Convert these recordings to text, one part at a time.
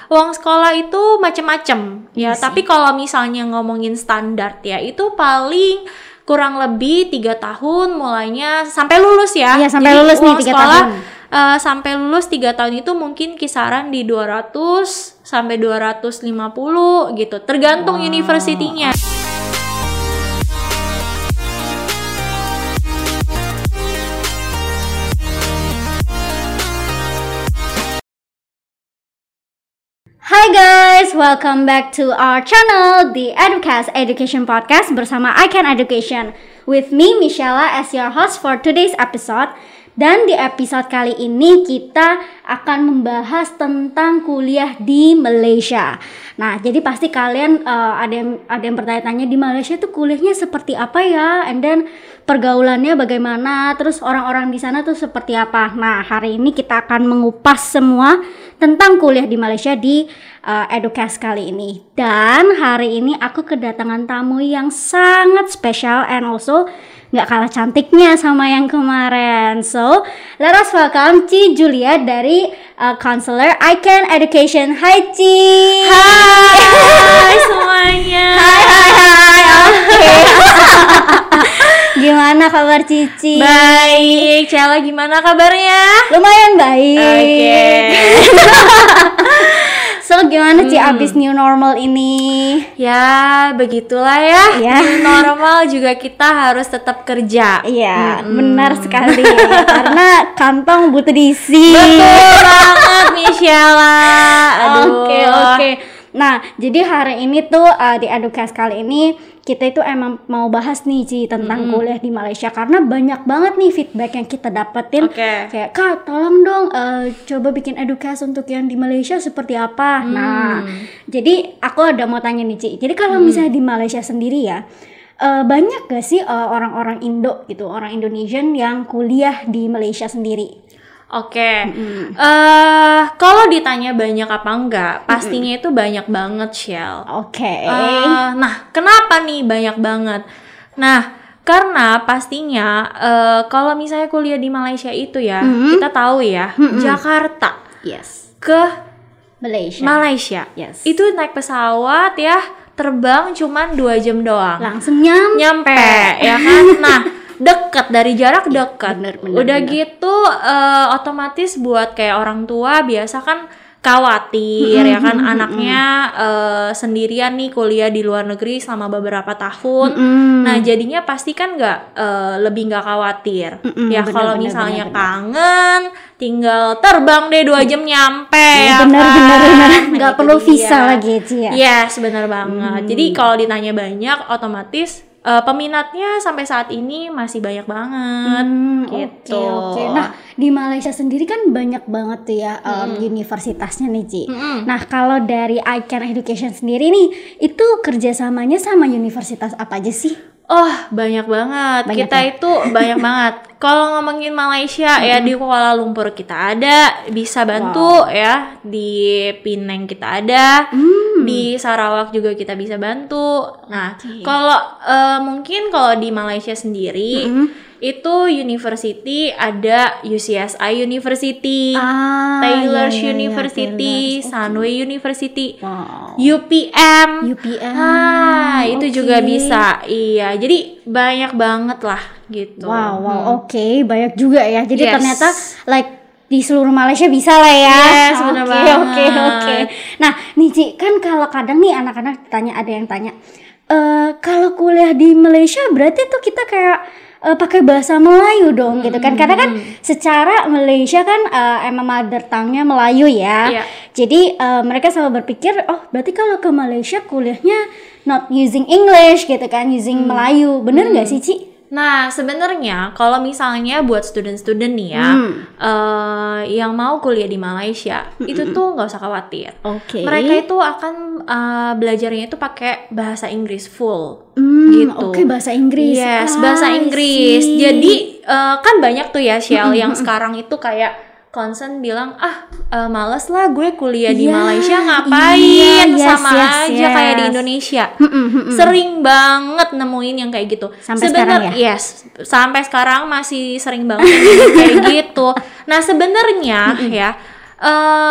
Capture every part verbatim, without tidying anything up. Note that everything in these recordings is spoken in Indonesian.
uang sekolah itu macem-macem ya, Yes, tapi kalau misalnya ngomongin standar ya itu paling kurang lebih tiga tahun mulainya sampai lulus ya. Iya, sampai Jadi lulus nih uang tiga sekolah, tahun. uh, sampai lulus tiga tahun itu mungkin kisaran di dua ratus sampai dua ratus lima puluh gitu, tergantung Wow. universitinya. Hi guys, welcome back to our channel, the Educast Education Podcast bersama I Can Education. With me, Michela, as your host for today's episode. Dan di episode kali ini kita akan membahas tentang kuliah di Malaysia. Nah, jadi pasti kalian uh, ada yang ada yang bertanya-tanya, di Malaysia tuh kuliahnya seperti apa ya? And then pergaulannya bagaimana? Terus orang-orang di sana tuh seperti apa? Nah, hari ini kita akan mengupas semua tentang kuliah di Malaysia di uh, Educast kali ini. Dan hari ini aku kedatangan tamu yang sangat spesial and also nggak kalah cantiknya sama yang kemarin. So, let us welcome Ci Julia dari uh, Counselor I Can Education. Hai Ci. Hai semuanya. Hai hai hai. Oke. Gimana kabar Cici? Baik, Cela gimana kabarnya? Lumayan baik. Oke. So, gimana Ci Hmm. abis new normal ini? Ya, begitulah ya. Ya. New normal juga kita harus tetap kerja. Iya, Mm-mm. benar sekali. Karena kantong butuh diisi. Betul banget, Michela. Aduh. Oke, oke. Nah, jadi hari ini tuh uh, di Educast kali ini kita itu emang mau bahas nih Ci tentang Mm-mm. kuliah di Malaysia karena banyak banget nih feedback yang kita dapetin. Oke. Kayak, Kak, tolong dong uh, coba bikin Educast untuk yang di Malaysia seperti apa. Hmm. Nah, jadi aku ada mau tanya nih Ci. Jadi kalau misalnya di Malaysia sendiri ya, uh, banyak gak sih uh, orang-orang Indo gitu, orang Indonesian yang kuliah di Malaysia sendiri? Oke, eh kalau ditanya banyak apa enggak, pastinya itu banyak banget, Shell. Oke. Eh, nah, kenapa nih banyak banget? Nah, karena pastinya eh, kalau misalnya kuliah di Malaysia itu ya, Mm-mm. kita tahu ya, Jakarta Yes. ke Malaysia. Malaysia, Yes. itu naik pesawat ya, terbang cuman dua jam doang. Langsung nyampe. Nyampe, ya kan? Nah, deket, dari jarak deket. bener, bener, Udah bener. gitu eh, otomatis buat kayak orang tua biasa kan khawatir ya kan anaknya eh, sendirian nih kuliah di luar negeri selama beberapa tahun. Mm-mm. Nah, jadinya pasti kan nggak eh, lebih nggak khawatir. Mm-mm, Ya bener, kalau bener, misalnya bener, bener. kangen, tinggal terbang deh dua jam nyampe ya bener, kan. bener, bener. Nah, Nggak itu perlu dia. visa lagi Ci ya. Yes, benar banget. Jadi kalau ditanya banyak, otomatis uh, peminatnya sampai saat ini masih banyak banget. Hmm, gitu. Oke, oke. Nah, di Malaysia sendiri kan banyak banget tuh ya um, universitasnya nih Ci. Mm-mm. Nah, kalau dari I Can Education sendiri nih, itu kerjasamanya sama universitas apa aja sih? Oh, banyak banget. Banyak kita ya? itu banyak banget. Kalau ngomongin Malaysia ya di Kuala Lumpur kita ada, bisa bantu ya. Di Penang kita ada. Hmm. Di Sarawak juga kita bisa bantu. Nah, Oke. kalau eh, mungkin kalau di Malaysia sendiri Mm-mm. itu university ada U C S I University, Ah, Taylor's iya, iya, iya, University, Taylor's. Sunway University, Wow. U P M. U P M. Ah, itu oke. juga bisa. Iya, jadi banyak banget lah gitu. Wow, wow, Hmm. oke, banyak juga ya. Jadi Yes. ternyata like di seluruh Malaysia bisa lah ya. Yes, benar Oke, banget. Oke, oke. Nah, nih Ci, kan kalau kadang nih anak-anak tanya, ada yang tanya, eh kalau kuliah di Malaysia berarti tuh kita kayak eh, pakai bahasa Melayu dong gitu kan? Karena kan secara Malaysia kan eh, emang mother tongue-nya Melayu ya. Iya. Jadi eh, mereka selalu berpikir, oh berarti kalau ke Malaysia kuliahnya not using English gitu kan, using Melayu. Bener nggak sih Ci? Nah, sebenarnya kalau misalnya buat student-student nih ya, Hmm. eh, yang mau kuliah di Malaysia, itu tuh nggak usah khawatir. Oke. Mereka itu akan eh, belajarnya itu pakai bahasa Inggris full. Hmm, gitu. Oke, bahasa Inggris. Yes, Ah, bahasa I Inggris. see. Jadi eh, kan banyak tuh ya Shell yang sekarang itu kayak concern bilang ah eh, males lah gue kuliah di Iya, Malaysia ngapain iya, yes, sama yes, aja kayak di yes. Indonesia. Mm-mm, mm-mm. Sering banget nemuin yang kayak gitu. Sampai Sebenar- sekarang ya? Yes, sampai sekarang masih sering banget yang kayak gitu. Nah sebenarnya ya eh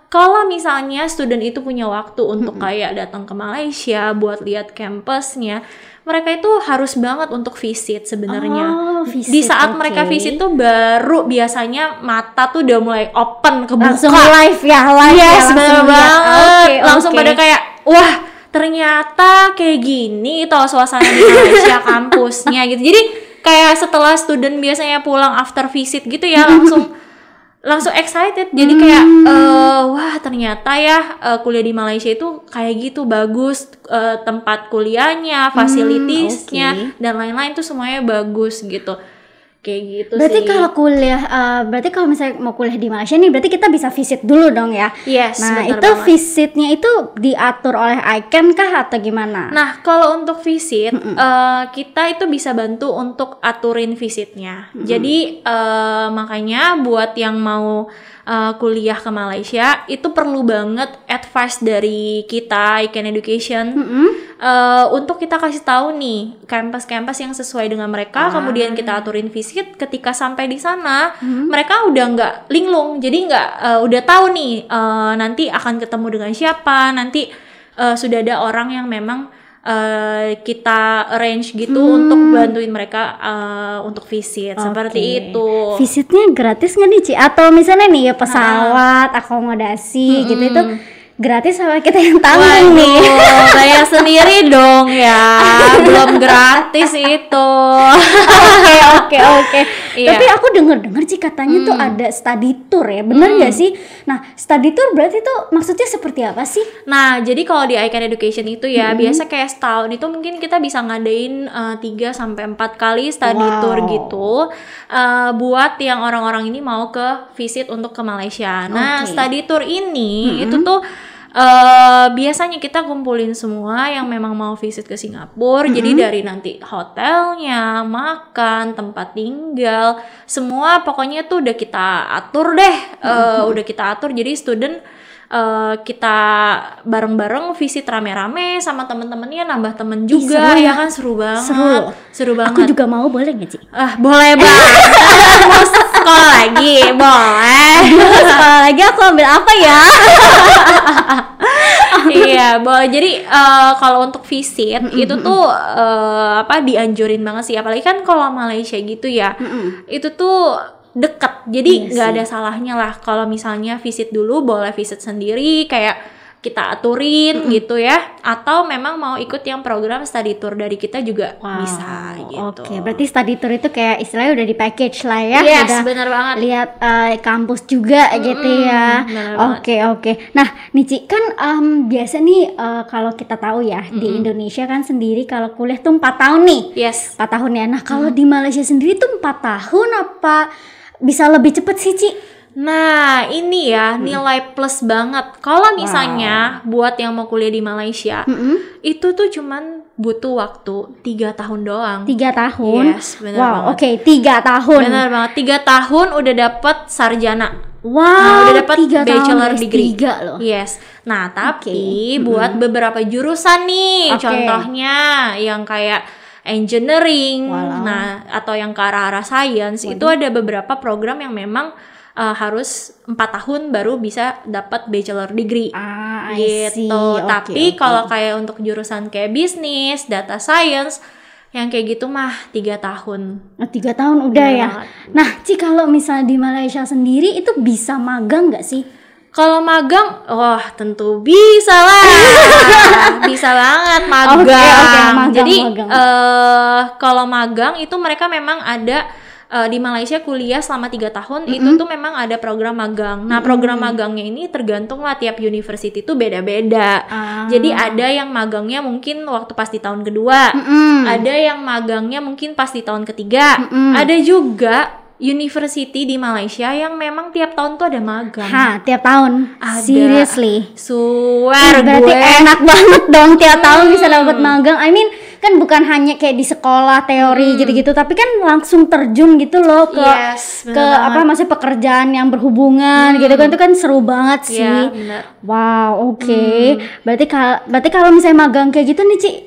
kalau misalnya student itu punya waktu untuk mm-hmm. kayak datang ke Malaysia buat lihat kampusnya, mereka itu harus banget untuk visit sebenarnya. Oh, visit, di saat okay. mereka visit tuh baru biasanya mata tuh udah mulai open, kebuka. Langsung live ya, live yes, ya, bener banget. Okay, langsung okay. pada kayak, wah ternyata kayak gini toh suasana di Malaysia kampusnya gitu. Jadi kayak setelah student biasanya pulang after visit gitu ya, langsung langsung excited. Jadi kayak uh, wah ternyata ya uh, kuliah di Malaysia itu kayak gitu, bagus, uh, tempat kuliahnya, fasilitasnya hmm, okay. dan lain-lain tuh semuanya bagus gitu. Kayak gitu berarti sih. Berarti kalau kuliah, uh, berarti kalau misalnya mau kuliah di Malaysia nih, berarti kita bisa visit dulu dong ya? Yes, nah itu banget. Visitnya itu diatur oleh I C A N kah atau gimana? Nah kalau untuk visit, uh, kita itu bisa bantu untuk aturin visitnya. Mm-mm. Jadi uh, makanya buat yang mau uh, kuliah ke Malaysia, itu perlu banget advice dari kita, I C A N Education, uh, untuk kita kasih tahu nih kampus-kampus yang sesuai dengan mereka, ah. kemudian kita aturin visit. Ketika sampai di sana, hmm. mereka udah nggak linglung, jadi nggak uh, udah tahu nih uh, nanti akan ketemu dengan siapa, nanti uh, sudah ada orang yang memang uh, kita arrange gitu hmm. untuk bantuin mereka uh, untuk visit, okay. seperti itu. Visitnya gratis nggak nih Ci? Atau misalnya nih ya pesawat, ah. akomodasi hmm. gitu itu gratis sama kita yang tanggung nih? Bayar sendiri dong ya, belum gratis itu. Oke oke oke. Tapi aku dengar-dengar sih katanya hmm. tuh ada study tour ya, benar nggak hmm. sih? Nah study tour berarti tuh maksudnya seperti apa sih? Nah jadi kalau di I C A N Education itu ya hmm. biasa kayak setahun itu mungkin kita bisa ngadain uh, tiga sampai empat kali study wow. tour gitu, uh, buat yang orang-orang ini mau ke visit untuk ke Malaysia. Nah okay. study tour ini hmm. itu tuh Uh, biasanya kita kumpulin semua yang memang mau visit ke Singapura. Mm-hmm. Jadi dari nanti hotelnya, makan, tempat tinggal, semua pokoknya tuh udah kita atur deh. uh, mm-hmm. Udah kita atur. Jadi student uh, kita bareng-bareng visit rame-rame sama temen-temennya, nambah temen juga. Ih, seru ya kan, seru banget. Seru, seru banget. Aku juga mau, boleh nggak Ci? Ah boleh banget. Mau sekolah lagi, boleh. Sekolah lagi aku ambil apa ya? Iya, boleh. Jadi uh, kalau untuk visit mm-hmm. itu tuh uh, apa dianjurin banget sih, apalagi kan kalau Malaysia gitu ya, mm-hmm. itu tuh deket. Jadi nggak iya ada salahnya lah kalau misalnya visit dulu, boleh visit sendiri kayak kita aturin mm. gitu ya, atau memang mau ikut yang program study tour dari kita juga wow. bisa gitu. Oke, berarti study tour itu kayak istilahnya udah di package lah ya. Yes, udah benar banget. Lihat uh, kampus juga mm-hmm. gitu ya. Oke oke. Nah, nih Ci, kan um, biasa nih uh, kalau kita tahu ya mm-hmm. di Indonesia kan sendiri kalau kuliah tuh empat tahun nih. Yes. empat tahun ya. Nah, kalau mm-hmm. di Malaysia sendiri tuh empat tahun apa bisa lebih cepet sih Ci? Nah ini ya hmm. nilai plus banget. Kalau misalnya wow. buat yang mau kuliah di Malaysia, mm-hmm. itu tuh cuman butuh waktu tiga tahun doang. Tiga tahun? Yes, benar wow, banget. Oke, okay, tiga tahun. Benar banget. Tiga tahun udah dapat sarjana. Wow, nah, udah dapat bachelor tahun, degree. tiga loh. Yes. Nah tapi okay. buat mm-hmm. beberapa jurusan nih, okay. contohnya yang kayak engineering, Walau. nah atau yang ke arah-arah science, Waduh. itu ada beberapa program yang memang Uh, harus empat tahun baru bisa dapat bachelor degree ah, gitu. Okay, Tapi okay. kalau kayak untuk jurusan kayak bisnis, data science, yang kayak gitu mah tiga tahun. Oh, tiga tahun udah ya. ya. Nah, Ci, kalau misalnya di Malaysia sendiri itu bisa magang nggak sih? Kalau magang, wah tentu bisa lah, bisa banget magang. Okay, okay, magang Jadi magang. Uh, kalau magang itu mereka memang ada. Uh, di Malaysia kuliah selama tiga tahun, mm-hmm. itu tuh memang ada program magang. Nah, program mm-hmm. magangnya ini tergantung lah, tiap university tuh beda-beda. Ah. Jadi ada yang magangnya mungkin waktu pas di tahun kedua, mm-hmm. ada yang magangnya mungkin pas di tahun ketiga, mm-hmm. ada juga university di Malaysia yang memang tiap tahun tuh ada magang. Hah, tiap tahun? Ada. Seriously? Swear, berarti gue. enak banget dong tiap hmm. tahun bisa dapat magang. I mean, kan bukan hanya kayak di sekolah teori hmm. gitu-gitu, tapi kan langsung terjun gitu loh ke yes, ke banget. apa maksudnya pekerjaan yang berhubungan hmm. gitu kan, itu kan seru banget sih. Ya, bener. Wow, oke. Okay. Hmm. Berarti kalau berarti kalau misalnya magang kayak gitu nih Ci, itu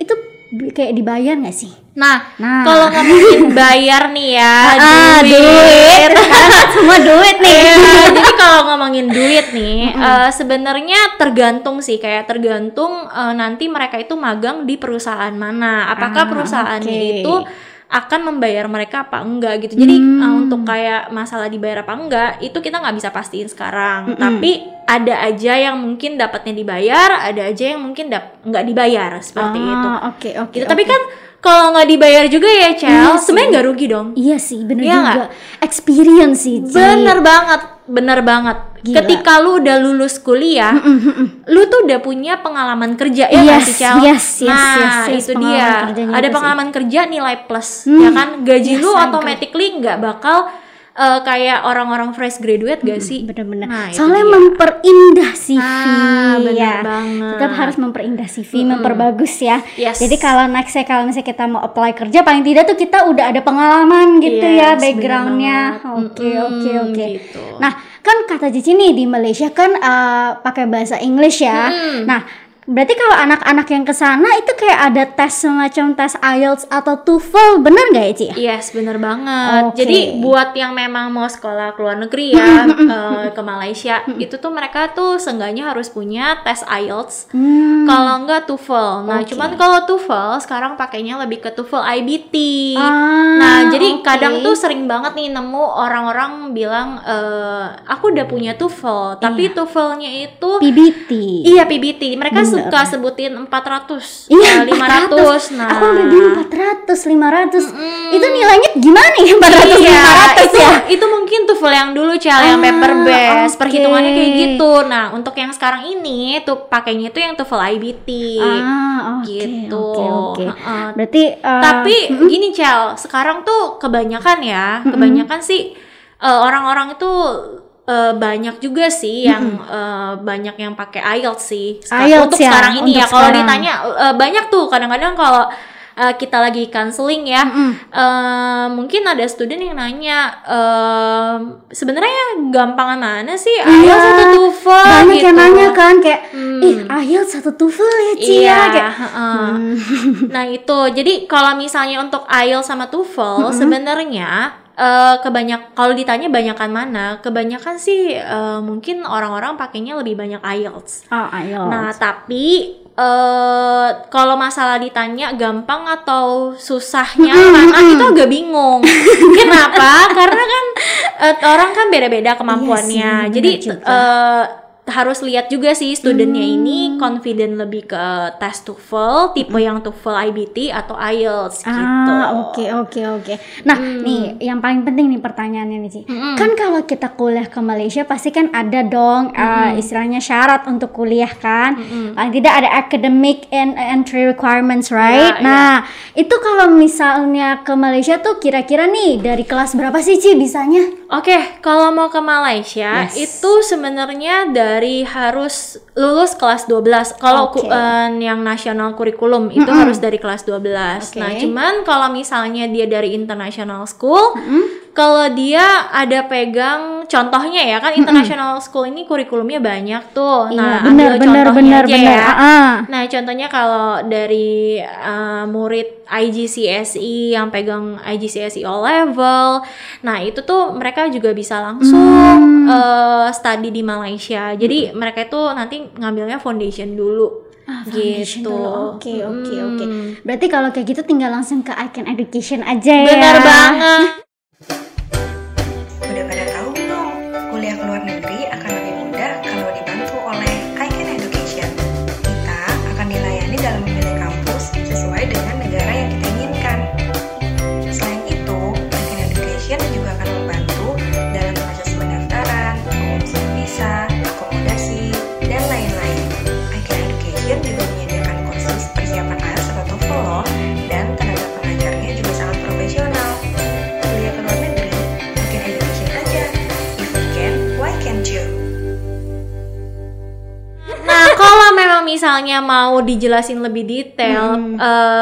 bi- kayak dibayar nggak sih? Nah, Nah. kalau ngomongin bayar nih ya, Ah, duit. Sekarang kan semua duit nih. Iya, jadi kalau ngomongin duit nih, eh, sebenarnya tergantung sih, kayak tergantung eh, nanti mereka itu magang di perusahaan mana. Apakah Ah, perusahaannya oke. itu akan membayar mereka apa enggak gitu. Jadi Hmm. eh, untuk kayak masalah dibayar apa enggak, itu kita nggak bisa pastiin sekarang. Tapi ada aja yang mungkin dapatnya dibayar, ada aja yang mungkin dap- nggak dibayar seperti itu. Ah, oke oke. Gitu. Tapi oke. kan kalau nggak dibayar juga ya, Cel, Iya sih. sebenarnya nggak rugi dong. Iya sih, bener Iya juga. nggak? Experience sih, Ci. Bener banget, bener banget. Gila. Ketika lu udah lulus kuliah, lu tuh udah punya pengalaman kerja ya Yes, kan sih, Cel? yes, yes, Nah, yes, yes, itu pengalaman dia. kerjanya Ada itu pengalaman kerja nilai plus, Hmm, ya kan? Gaji yes, lu I agree. automatically nggak bakal eh, kayak orang-orang fresh graduate gak sih? Bener-bener. Nah, itu Soalnya dia. memperindah C V. Ah, bener ya. banget. Tetap harus memperindah C V, memperbagus ya. Yes. Jadi kalau nextnya kalau misalnya kita mau apply kerja, paling tidak tuh kita udah ada pengalaman gitu Yes, ya, bener backgroundnya. banget. Oke Mm-mm, oke oke. gitu. Nah, kan kata Cici nih di Malaysia kan eh, pakai bahasa English ya. Mm-mm. Nah, berarti kalau anak-anak yang kesana itu kayak ada tes semacam tes I E L T S atau TOEFL, bener nggak ya Ci? Yes, bener banget. Oke. Jadi buat yang memang mau sekolah ke luar negeri ya, eh, ke Malaysia, itu tuh mereka tuh seenggaknya harus punya tes I E L T S. Hmm. Kalau enggak TOEFL. Nah, Oke. cuman kalau TOEFL sekarang pakainya lebih ke TOEFL I B T. Ah, Nah, jadi oke. kadang tuh sering banget nih nemu orang-orang bilang, eh, aku udah punya TOEFL, tapi Iya. TOEFL-nya itu P B T. iya P B T. Mereka Bener. suka sebutin empat ratus, Iya, eh, lima ratus. Nah, Aku udah bilang empat ratus, lima ratus. Itu nilainya gimana ya? empat ratus, Iya, lima ratus itu, ya? itu mungkin TOEFL yang dulu, Cal, yang Ah, paper based, oke. perhitungannya kayak gitu. Nah, untuk yang sekarang ini tuh pakainya itu yang TOEFL I B T. Ah, oke, gitu. oke, oke. Heeh. Berarti eh, Tapi gini, Cal, sekarang tuh kebanyakan ya, kebanyakan sih eh, orang-orang itu eh, banyak juga sih yang eh, banyak yang pakai I E L T S sih. Seka- I E L T S untuk ya, sekarang ini untuk ya. Kalau sekarang. ditanya eh, banyak tuh kadang-kadang kalau eh, kita lagi counseling ya, eh, mungkin ada student yang nanya, eh, sebenarnya gampangan mana sih I E L T S atau TOEFL? banyak gitu. yang nanya kan kayak, Hmm. ih I E L T S satu TOEFL ya Ci Iya, ya? Kayak, heeh. Nah itu, jadi kalau misalnya untuk I E L T S sama TOEFL, sebenarnya eh, kebanyak kalau ditanya banyakan mana, kebanyakan sih eh, mungkin orang-orang pakainya lebih banyak I E L T S. oh I E L T S. Nah tapi eh kalau masalah ditanya gampang atau susahnya mana, itu agak bingung. Kenapa? Karena kan eh, orang kan beda-beda kemampuannya. Iya sih, Jadi benar juga. eh, harus lihat juga sih studentnya Hmm. ini confident lebih ke tes TOEFL, tipe yang TOEFL I B T atau I E L T S gitu. Ah, oke oke oke. Nah, nih yang paling penting nih pertanyaannya nih, Ci. Kan kalau kita kuliah ke Malaysia pasti kan ada dong uh, istilahnya syarat untuk kuliah kan. Paling tidak ada academic and entry requirements, right? Ya, nah, itu kalau misalnya ke Malaysia tuh kira-kira nih dari kelas berapa sih, Ci, bisanya? Oke, kalau mau ke Malaysia Yes. itu sebenarnya dari harus lulus kelas dua belas. Kalau ku- Oke. eh, yang nasional kurikulum itu harus dari kelas dua belas. Oke. Nah, cuman kalau misalnya dia dari international school, kalau dia ada pegang contohnya ya kan international school ini kurikulumnya banyak tuh. Nah, Iya, benar ambil benar contohnya benar aja benar. ya. Ah, ah. Nah, contohnya kalau dari uh, murid I G C S E yang pegang I G C S E O level, nah itu tuh mereka juga bisa langsung uh, study di Malaysia. Jadi mereka itu nanti ngambilnya foundation dulu. Ah, foundation gitu. dulu. Oke oke oke. Hmm. Berarti kalau kayak gitu tinggal langsung ke I C A N Education aja ya. Benar banget. Udah pada tahu belum? Kuliah ke luar negeri akan lebih mudah kalau dibantu oleh I C A N Education. Kita akan dilayani dalam memilih kampus sesuai dengan negara yang kita inginkan. Selain itu, I C A N Education juga akan membantu dalam proses pendaftaran, pengurusan visa, akomodasi, dan lain-lain. I C A N Education juga menyediakan kursus persiapan I E L T S atau TOEFL loh, dan tenaga pengajarnya juga sangat profesional. Kuliah ke luar negeri, I C A N Education aja. If you can, why can't you? Nah, kalau memang misalnya mau dijelasin lebih detail, eh,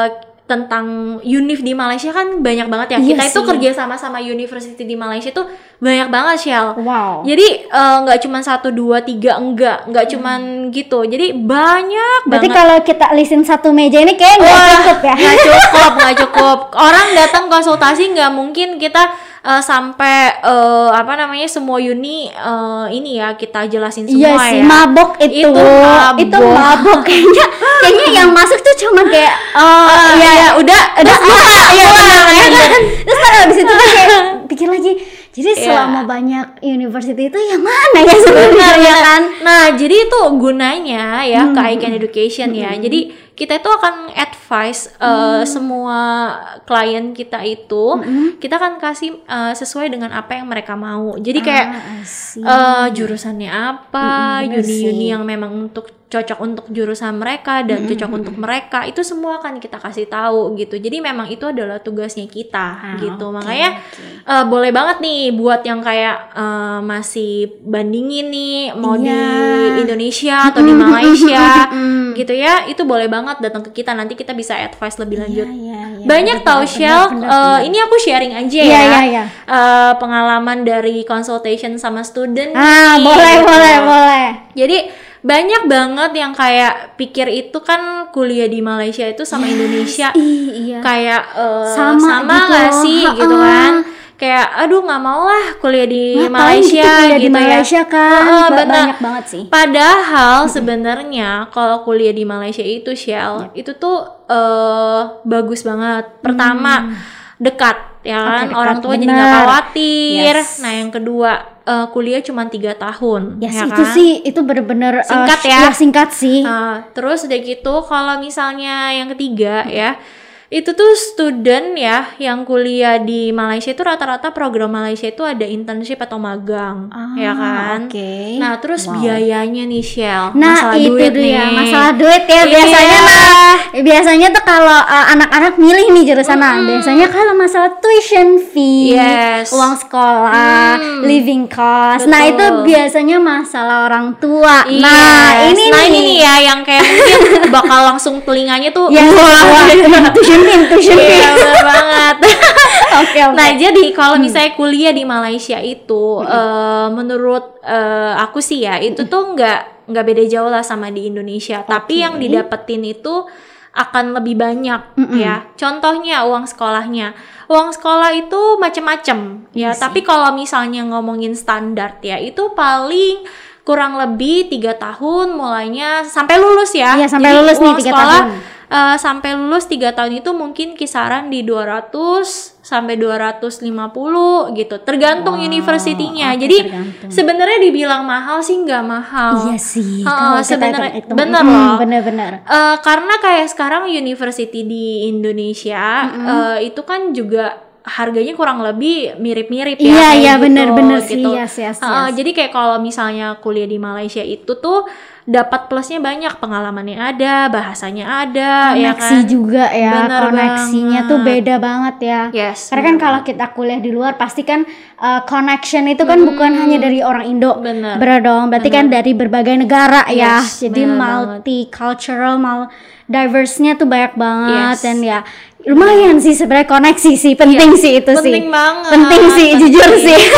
tentang univ di Malaysia kan banyak banget ya. Iya Kita itu sih. kerja sama sama university di Malaysia tuh banyak banget, Shell. Wow. Jadi nggak uh, cuma satu dua tiga enggak, nggak cuman gitu. Jadi banyak Berarti banget. kalau kita listin satu meja ini kayak nggak cukup ya? Nggak cukup, nggak cukup. Orang datang konsultasi nggak mungkin kita uh, sampai uh, apa namanya semua uni uh, ini ya kita jelasin semua Iya ya. sih, mabok itu. Itu mabok. Itu mabok kayaknya. Kayaknya yang masuk tuh cuma kayak oh Uh, iya ya udah udah lupa ya pulang, benar ya ya kan? Terus kan habis itu kan kayak pikir lagi. Jadi Iya. selama banyak university itu yang mana ya sebenarnya ya kan? Nah, jadi itu gunanya ya Hmm. ke I C A N Education ya. Jadi kita itu akan advice uh, semua klien kita itu, kita akan kasih uh, sesuai dengan apa yang mereka mau. Jadi kayak Ah, I see. uh, jurusannya apa, Mm-mm, bener uni-uni sih. yang memang untuk cocok untuk jurusan mereka dan cocok untuk mereka, itu semua akan kita kasih tahu gitu. Jadi memang itu adalah tugasnya kita Ah, gitu. oke, Makanya oke. uh, boleh banget nih buat yang kayak uh, masih bandingin nih mau Iya. di Indonesia atau di Malaysia Mm-mm. gitu ya, itu boleh banget datang ke kita, nanti kita bisa advice lebih lanjut. Iya, iya, iya. Banyak Benar, tau benar, Shell, benar, uh, benar. ini aku sharing aja Iya, ya, iya, iya. Uh, pengalaman dari consultation sama student. Ah, nih, boleh, gitu. boleh, boleh. Jadi banyak banget yang kayak pikir itu kan kuliah di Malaysia itu sama Indonesia Ih, iya. kayak uh, Sama sama gitu nggak loh. sih Ha-ha. gitu kan, kayak aduh nggak mau lah kuliah di Ngapain Malaysia gitu kuliah gitu di Malaysia ya. kan? Heeh, Ba- benar. banyak banget sih. Padahal sebenarnya kalau kuliah di Malaysia itu Shell itu tuh uh, bagus banget. Pertama dekat ya kan, dekat, orang tua jadi nggak benar. khawatir. Yes. Nah yang kedua uh, kuliah cuma tiga tahun. Yes, ya itu kan? sih itu bener-bener uh, Singkat sh- ya. ya singkat sih. Nah, terus udah gitu kalau misalnya yang ketiga ya, itu tuh student ya yang kuliah di Malaysia itu rata-rata program Malaysia itu ada internship atau magang, Ah, ya kan? oke. Nah, terus Wow. biayanya nih Shell, Nah masalah itu duit dia nih. masalah duit ya. Iya. Biasanya nah biasanya tuh kalau uh, anak-anak milih nih jurusan nah, biasanya kalau masalah tuition fee, Yes. uang sekolah, Hmm. living cost. Nah itu Betul. biasanya masalah orang tua. Iya. Nah ini nah, nih. ini nih ya yang kayak mungkin bakal langsung telinganya tuh Ya, wah. wah, tuition fee, tuition fee. Iya, bener banget. Oke oke. Nah, jadi kalau misalnya kuliah di Malaysia itu eh, menurut eh, aku sih ya, itu tuh nggak nggak beda jauh lah sama di Indonesia. Tapi yang didapetin itu akan lebih banyak ya. Contohnya uang sekolahnya. Uang sekolah itu macem-macem ya. Tapi kalau misalnya ngomongin standar ya, itu paling kurang lebih tiga tahun mulainya sampai lulus ya. Iya, sampai Jadi lulus nih, uang tiga sekolah, tahun. eh, sampai lulus tiga tahun itu mungkin kisaran di dua ratus sampai dua ratus lima puluh gitu, tergantung Wow, universitinya. oke, Jadi tergantung. sebenarnya dibilang mahal sih nggak mahal. Iya sih. Oh, kalau kita sebenarnya hitung-hitung. bener Mm, loh. Bener-bener. Eh, karena kayak sekarang university di Indonesia eh, itu kan juga harganya kurang lebih mirip-mirip ya. Iya kayak iya gitu, bener-bener sih. gitu. Yes yes Eh, yes. Jadi kayak kalau misalnya kuliah di Malaysia itu tuh dapat plusnya banyak, pengalamannya ada, bahasanya ada, ya Koneksi kan? juga ya. Bener Koneksinya tuh banget. beda banget ya. Yes. Karena kan kalau kita kuliah di luar pasti kan uh, connection itu kan bukan hanya dari orang Indo. Bener. Bener dong. Berarti kan dari berbagai negara ya. Yes, Jadi bener multicultural, mal diverse-nya tuh banyak banget. Yes. Dan ya lumayan sih sebenarnya koneksi sih. Penting sih itu sih. penting banget. Penting sih jujur Penting. sih.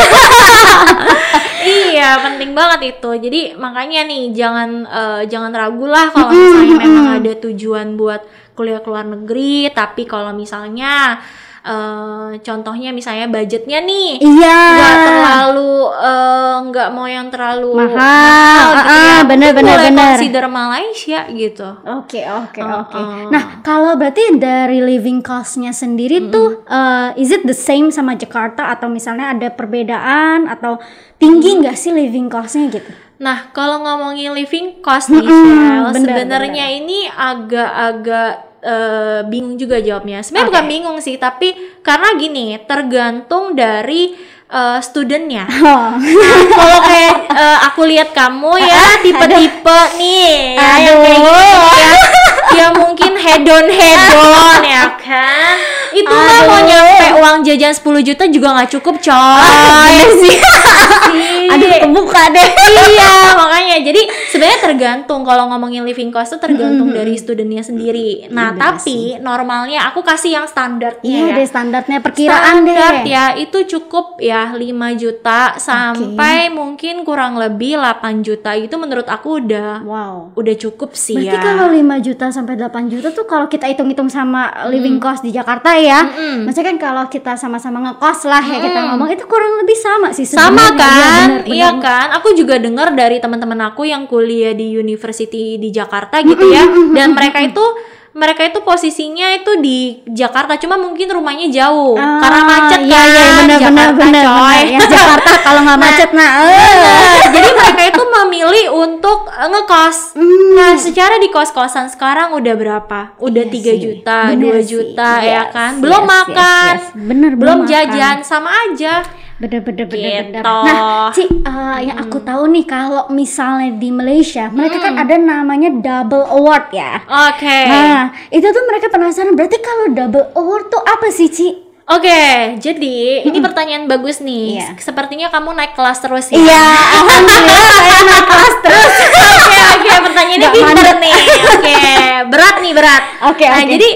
Iya, penting banget itu. Jadi makanya nih jangan eh, jangan ragu lah kalau misalnya memang ada tujuan buat kuliah ke luar negeri, tapi kalau misalnya eh, contohnya misalnya budgetnya nih Iya. nggak terlalu eh, nggak mau yang terlalu Mahal. gitu Ah, ya. bener, Mungkin bener, boleh bener. consider Malaysia gitu. Oke oke Uh, oke. uh. Nah kalau berarti dari living cost-nya sendiri tuh, uh, is it the same sama Jakarta atau misalnya ada perbedaan atau tinggi nggak sih living cost-nya gitu? Nah, kalau ngomongin living cost nih, Mm-mm, Shell, bener, sebenarnya ini agak-agak eh, bingung juga jawabnya. Sebenarnya Oke. bukan bingung sih, tapi karena gini, tergantung dari eh, studentnya. Oh. Nah, kalau kayak eh, aku lihat kamu ya, tipe-tipe nih, ya, yang kayak Aduh. gitu ya, ya mungkin hedon hedon ya kan. Itu mah mau Aduh. nyampe uang jajan sepuluh juta juga nggak cukup coy. Bener sih. Aduh kebuka deh. Iya makanya jadi sebenarnya tergantung kalau ngomongin living cost itu tergantung mm-hmm. dari studentnya sendiri. Nah bener tapi sih. Normalnya aku kasih yang standarnya iya ya. deh standarnya perkiraan Standar deh. ya itu cukup ya lima juta sampai okay. mungkin kurang lebih delapan juta itu menurut aku udah wow udah cukup sih. Berarti ya. Berarti kalau lima juta sampai delapan juta tuh kalau kita hitung-hitung sama living mm. cost di Jakarta ya. Mm-mm. Maksudnya kan kalau kita sama-sama ngekos lah ya mm. kita ngomong itu kurang lebih sama sih sebenarnya. Sama kan? Ya, bener, bener. Iya kan? Aku juga dengar dari teman-teman aku yang kuliah di university di Jakarta gitu ya. Dan mereka itu mereka itu posisinya itu di Jakarta, cuma mungkin rumahnya jauh ah, karena macet iya, kan. Iya, bener, Jakarta bener, bener, coy. Bener. Ya, Jakarta kalau nggak macet nah. nah jadi mereka itu memilih untuk ngekos. Mm. Nah, secara di kos-kosan sekarang udah berapa? Udah tiga juta, dua juta sih. Ya yes, kan? Belum yes, makan. Yes, yes. Bener, belum makan. Jajan, sama aja. Bener-bener gitu. bener-bener. Nah, Ci, uh, yang aku tahu nih kalau misalnya di Malaysia, mereka hmm. kan ada namanya double award ya. Oke. Okay. Nah, itu tuh mereka penasaran. Berarti kalau double award tuh apa sih, Ci? Oke, okay, jadi ini pertanyaan bagus nih. Yeah. Sepertinya kamu naik kelas terus ya. Iya, alhamdulillah saya naik kelas terus. Oke, oke, okay, pertanyaannya pinter nih. Oke, okay. berat nih berat. Oke, okay, nah, okay. jadi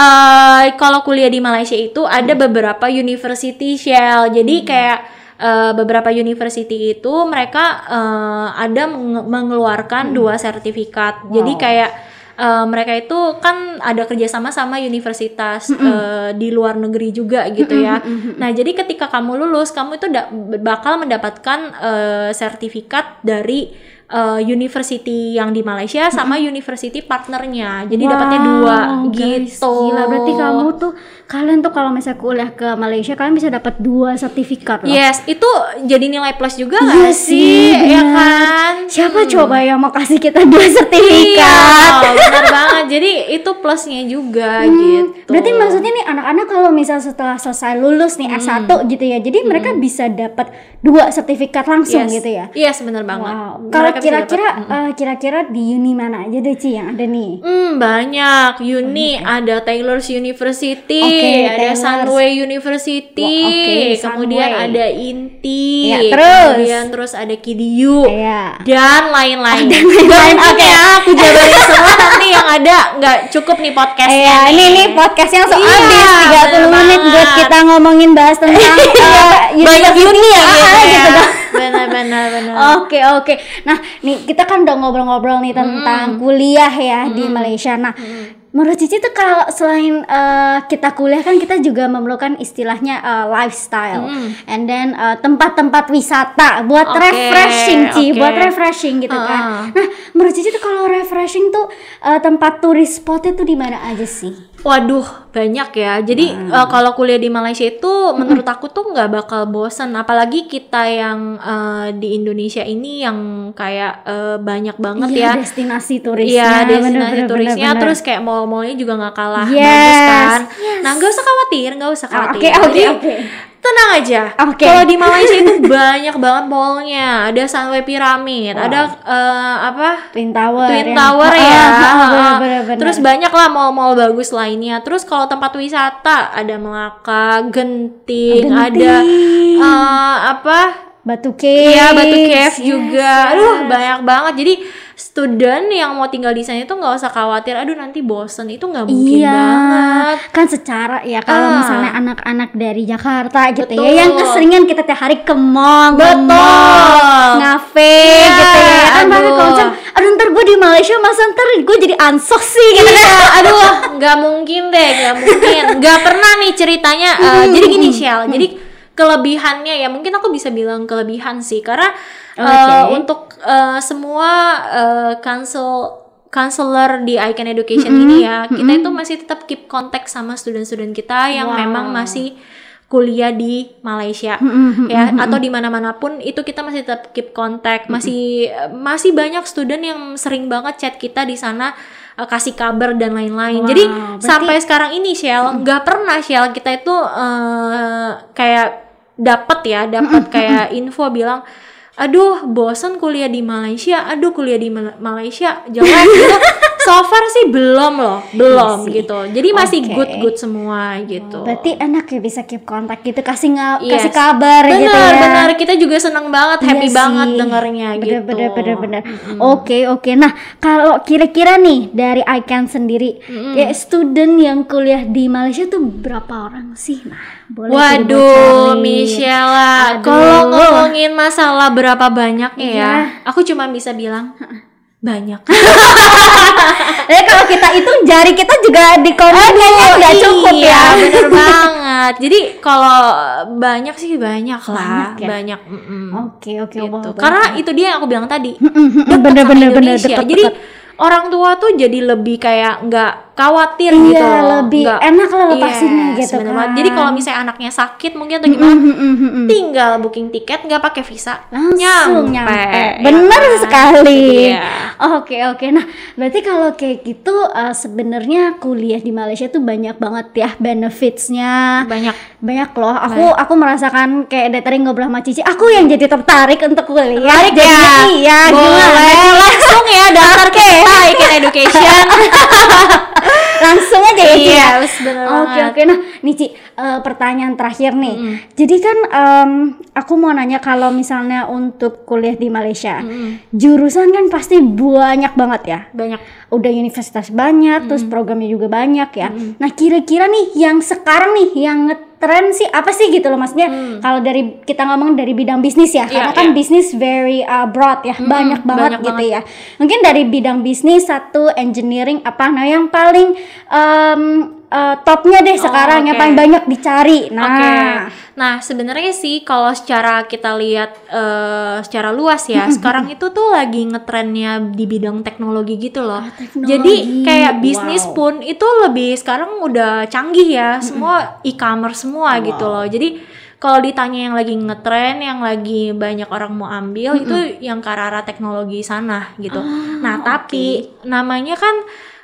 Uh, kalau kuliah di Malaysia itu ada beberapa university shell. Jadi hmm. kayak uh, beberapa university itu mereka uh, ada meng- mengeluarkan hmm. dua sertifikat. Wow. Jadi kayak uh, mereka itu kan ada kerjasama sama universitas mm-hmm. uh, di luar negeri juga gitu ya. Mm-hmm. Nah jadi ketika kamu lulus, kamu itu da- bakal mendapatkan uh, sertifikat dari Uh, university yang di Malaysia sama mm-hmm. university partnernya, jadi wow, dapatnya dua guys, gitu. Gila, berarti kamu tuh kalian tuh kalau misalnya kuliah ke Malaysia kalian bisa dapat dua sertifikat loh. Yes, itu jadi nilai plus juga nggak iya sih, ya kan? Siapa hmm. coba yang mau kasih kita dua sertifikat? Iya, benar banget. Jadi itu plusnya juga hmm, gitu. Berarti maksudnya nih anak-anak kalau misal setelah selesai lulus nih hmm. S satu gitu ya, jadi hmm. mereka bisa dapat dua sertifikat langsung yes. gitu ya? Iya, yes, benar banget. Wow. Kalau kira-kira uh, kira-kira di uni mana aja deh Ci yang ada nih? Hmm, banyak uni, oh, okay. ada Taylor's University, okay, ada Taylor's. Sunway University, oh, okay, kemudian Sunway. Ada Inti, ya, terus. kemudian terus ada K D U, ya. dan lain-lain. Dan lain-lain. Oke, okay. aku jabarin semua nanti yang ada nggak cukup nih podcastnya. Ya, ini nih podcastnya langsung iya, habis tiga puluh menit buat kita ngomongin bahas tentang uh, banyak uni ya, ya, gitu dong. Benar-benar benar. Oke oke. Nah, nih kita kan udah ngobrol-ngobrol nih tentang hmm. kuliah ya hmm. di Malaysia. Nah, hmm. menurut Cici tuh kalau selain uh, kita kuliah kan kita juga memerlukan istilahnya uh, lifestyle, hmm. and then uh, tempat-tempat wisata buat okay. refreshing Ci, okay. buat refreshing gitu uh. kan. Nah, menurut Cici tuh kalau refreshing tuh uh, tempat turis spotnya tuh di mana aja sih? Waduh, banyak ya. Jadi hmm. uh, kalau kuliah di Malaysia itu hmm. menurut aku tuh nggak bakal bosan. Apalagi kita yang uh, di Indonesia ini yang kayak uh, banyak banget iya, ya. Destinasi turisnya. Iya, destinasi bener, turisnya. Bener, bener. Terus kayak mall-mallnya juga nggak kalah yes. bagus kan. Yes. Nah, nggak usah khawatir, nggak usah khawatir. Oke, oke, oke. Tenang aja. Okay. Kalau di Malaysia itu banyak banget mallnya. Ada Sunway Pyramid, wow. ada uh, apa? Twin Tower. Twin yang... Tower ya. Oh, oh, bener, bener, bener. Terus banyak lah mall-mall bagus lainnya. Terus kalau tempat wisata ada Melaka, Genting, Genting. ada uh, apa? Batu Cave. Iya, Batu Cave yes, juga. Yes. Aduh, banyak banget. Jadi student yang mau tinggal di sana itu nggak usah khawatir, aduh nanti bosen, itu nggak mungkin iya, banget. Kan secara ya kalau ah. misalnya anak-anak dari Jakarta gitu betul. ya, yang keseringan kita tiap hari ke mall, betul, ngafe iya, gitu ya, kan pakai aduh. konsep, aduh ntar gue di Malaysia masa ntar gue jadi ansos sih gitu iya, kan. Aduh nggak mungkin deh, nggak mungkin, nggak pernah nih ceritanya. Uh, hmm. Jadi gini Shell, hmm. jadi kelebihannya ya mungkin aku bisa bilang kelebihan sih, karena okay. uh, untuk uh, semua uh, council counselor di I Can Education mm-hmm. ini ya, kita mm-hmm. itu masih tetap keep contact sama student-student kita yang wow. memang masih kuliah di Malaysia mm-hmm. ya, mm-hmm. atau di mana-mana pun itu kita masih tetap keep contact, masih mm-hmm. masih banyak student yang sering banget chat kita di sana, uh, kasih kabar dan lain-lain. Wow, Jadi berarti... sampai sekarang ini Shell nggak mm-hmm. pernah Shell kita itu uh, kayak dapat ya, dapat kayak info bilang, aduh bosan kuliah di Malaysia, aduh kuliah di Mal- Malaysia jelek gitu. So far sih belum loh, belum Iya sih. gitu. Jadi masih Oke. good-good semua gitu. Berarti enak ya bisa keep kontak gitu, kasih nga- Yes. kasih kabar bener, gitu ya. Bener, kita juga seneng banget, Iya happy sih. banget dengernya Bener, gitu. Bener bener bener. Oke oke. Nah kalau kira-kira nih dari I C A N sendiri, kayak student yang kuliah di Malaysia tuh berapa orang sih? Nah boleh tuh Waduh, dibocorin. Michelle, Aduh. kalau ngomongin masalah berapa banyaknya ya, Iya. aku cuma bisa bilang banyak. Eh kalau kita itu jari kita juga di komen kayaknya nggak cukup iya, ya. bener banget. Jadi kalau banyak sih banyak lah, Banyak ya? banyak. mm-mm. Oke oke. Gitu. wah, Karena itu dia yang aku bilang tadi. bener sama bener bener Indonesia. deket, Jadi deket. orang tua tuh jadi lebih kayak nggak khawatir Iya, gitu loh. lebih Nggak- enak lah lepasinnya Yes, gitu bener kan. banget. Jadi kalau misalnya anaknya sakit mungkin atau gimana, Mm-mm-mm-mm. tinggal booking tiket nggak pakai visa, Langsung nyampe, ya bener kan? sekali. Iya. Oke oke. Nah berarti kalau kayak gitu uh, sebenarnya kuliah di Malaysia tuh banyak banget ya benefitsnya. Banyak. Banyak loh. Aku aku merasakan kayak dari tadi ngobrol sama Cici, aku yang jadi tertarik untuk kuliah. Tertarik Jadinya ya? Iya. Boleh Gimana? langsung ya daftar ke kita I C A N Education. Langsung aja ya Ci, ya. Yes, bener Oke banget. oke. Nah nih Ci, uh, pertanyaan terakhir nih. Jadi kan um, aku mau nanya kalau misalnya untuk kuliah di Malaysia, jurusan kan pasti banyak banget ya. Banyak. Udah universitas banyak, terus programnya juga banyak ya. Nah kira-kira nih yang sekarang nih yang ngetren sih apa sih gitu loh maksudnya? Kalau dari kita ngomong dari bidang bisnis ya, karena Iya, kan iya. bisnis very uh, broad ya, banyak banget banyak gitu banget. ya. Mungkin dari bidang bisnis satu, engineering apa? Nah yang paling um, uh, topnya deh sekarang yang oke. paling banyak dicari. Nah, Oke. Nah, sebenarnya sih kalau secara kita lihat eh, secara luas ya, sekarang itu tuh lagi ngetrennya di bidang teknologi gitu loh. teknologi. Jadi kayak bisnis Wow. pun itu lebih sekarang udah canggih ya, semua e-commerce semua gitu loh. Jadi kalau ditanya yang lagi ngetren, yang lagi banyak orang mau ambil itu yang ke arah teknologi sana gitu. Nah, tapi namanya kan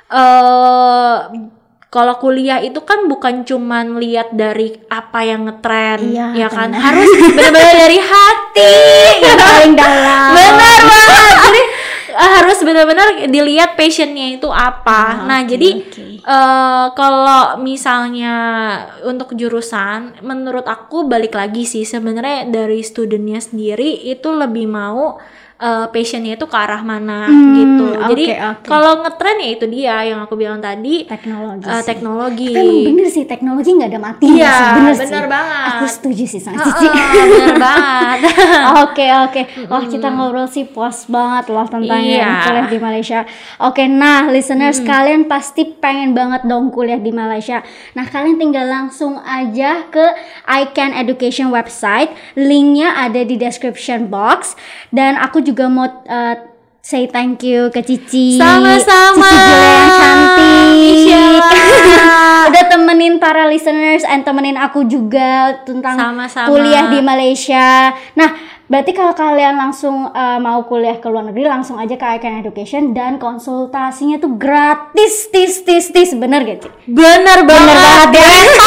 eh kalau kuliah itu kan bukan cuman lihat dari apa yang ngetren, Iya, ya kan? benar. Harus benar-benar dari hati. yang paling dalam. Benar banget. Jadi eh, harus benar-benar dilihat passionnya itu apa. Ah, nah, oke, jadi oke. eh, kalau misalnya untuk jurusan, menurut aku balik lagi sih sebenarnya dari studentnya sendiri itu lebih mau eh, passionnya itu ke arah mana Hmm, gitu. oke, Jadi oke. kalau ngetren ya itu dia yang aku bilang tadi. Teknologi. Eh, sih. teknologi. Tapi emang bener sih teknologi nggak ada matinya Iya, sih, bener, bener sih. banget. Aku setuju sih sama Ah, Cici. ah, bener banget. Oke oke, wah kita ngobrol sih puas banget loh tentang Iya. yang kuliah di Malaysia. Oke, nah listeners kalian pasti pengen banget dong kuliah di Malaysia. Nah kalian tinggal langsung aja ke I C A N Education website, linknya ada di description box. Dan aku juga mau uh, say thank you ke Cici. Sama-sama. Cici Julia yang cantik. Michelle. Udah temenin para listeners and temenin aku juga tentang Sama-sama. kuliah di Malaysia. Nah, berarti kalau kalian langsung uh, mau kuliah ke luar negeri, langsung aja ke I C A N Education dan konsultasinya tuh gratis, tis, tis, tis, bener gak Ci? Bener banget. Bener banget ya.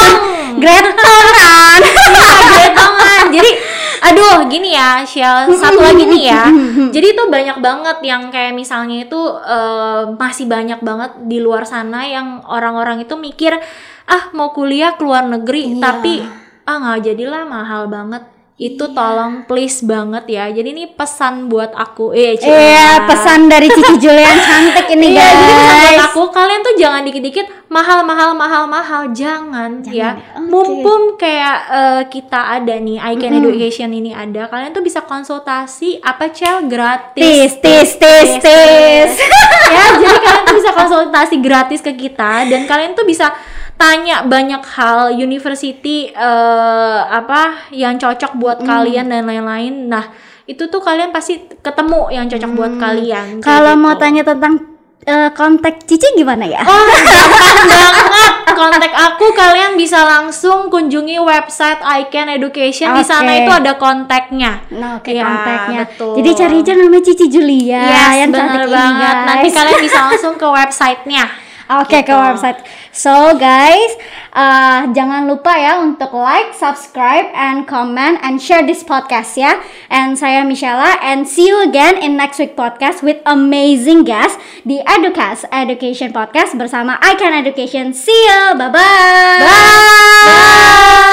Gretongan. Iya, gretongan. Jadi aduh gini ya Shell, satu lagi nih ya. Jadi itu banyak banget yang kayak misalnya itu eh, masih banyak banget di luar sana yang orang-orang itu mikir ah mau kuliah ke luar negeri Iya. tapi ah nggak jadilah, mahal banget. Itu tolong please banget ya. Jadi ini pesan buat aku. Eh, Cia. Iya, pesan dari Cici Julia yang cantik ini Iya, guys. jadi pesan buat aku, kalian tuh jangan dikit-dikit mahal mahal mahal mahal, jangan, Jangan ya. ya, oke. Mumpung kayak eh, kita ada nih, I C A N Education ini ada, kalian tuh bisa konsultasi apa Cel Tis, gratis. tis, tis, tis. Ya, jadi kalian tuh bisa konsultasi gratis ke kita dan kalian tuh bisa tanya banyak hal university eh, apa yang cocok buat kalian dan lain-lain. Nah, itu tuh kalian pasti ketemu yang cocok buat kalian. kayak Kalau mau gitu. tanya tentang uh, kontak Cici gimana ya? Oh, gampang banget. Kontak aku, kalian bisa langsung kunjungi website I C A N Education. Di sana Oke. itu ada kontaknya. Nah, oke Ya, kontaknya. betul. Jadi cari aja namanya Cici Julia Yes, yang bener cantik ini, banget. guys. Nanti kalian bisa langsung ke websitenya. Oke, gitu. ke website. So guys, uh, jangan lupa ya untuk like, subscribe, and comment, and share this podcast ya. And saya Michela, and see you again in next week podcast with amazing guest di Educast Education Podcast bersama I Can Education. See ya, bye bye. Bye. Bye.